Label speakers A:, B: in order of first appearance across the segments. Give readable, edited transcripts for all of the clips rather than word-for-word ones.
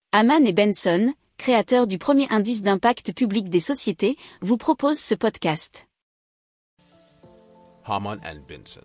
A: Hamann et Benson, créateurs du premier indice d'impact public des sociétés, vous proposent ce podcast.
B: Hamann and Benson.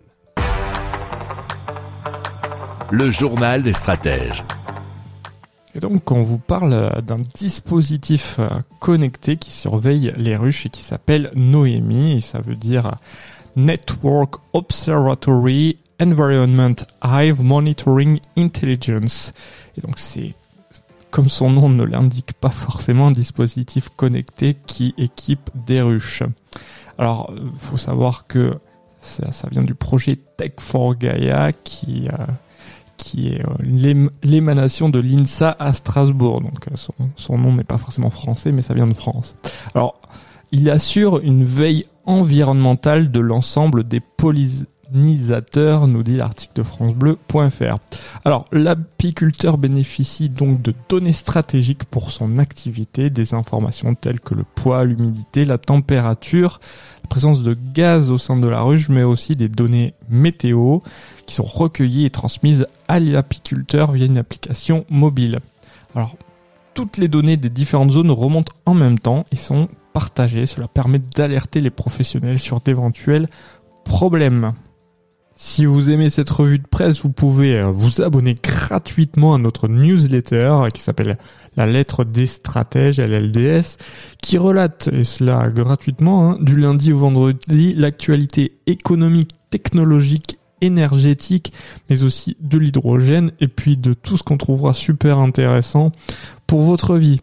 C: Le journal des stratèges.
D: Et donc, on vous parle d'un dispositif connecté qui surveille les ruches et qui s'appelle Noémie, et ça veut dire Network Observatory Environment Hive Monitoring Intelligence. Et donc, c'est, comme son nom ne l'indique pas forcément, un dispositif connecté qui équipe des ruches. Alors, faut savoir que ça vient du projet Tech4Gaia qui est l'émanation de l'INSA à Strasbourg. Donc son nom n'est pas forcément français, mais ça vient de France. Alors, il assure une veille environnementale de l'ensemble des pollinisateurs, nous dit l'article de francebleu.fr. Alors, l'apiculteur bénéficie donc de données stratégiques pour son activité, des informations telles que le poids, l'humidité, la température, la présence de gaz au sein de la ruche, mais aussi des données météo qui sont recueillies et transmises à l'apiculteur via une application mobile. Alors, toutes les données des différentes zones remontent en même temps et sont partagées. Cela permet d'alerter les professionnels sur d'éventuels problèmes. Si vous aimez cette revue de presse, vous pouvez vous abonner gratuitement à notre newsletter qui s'appelle La Lettre des Stratèges, LLDS, qui relate, et cela gratuitement, du lundi au vendredi, l'actualité économique, technologique, énergétique, mais aussi de l'hydrogène, et puis de tout ce qu'on trouvera super intéressant pour votre vie.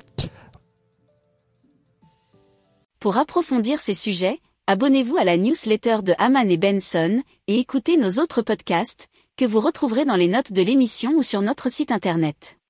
A: Pour approfondir ces sujets, abonnez-vous à la newsletter de Hamann et Benson et écoutez nos autres podcasts que vous retrouverez dans les notes de l'émission ou sur notre site internet.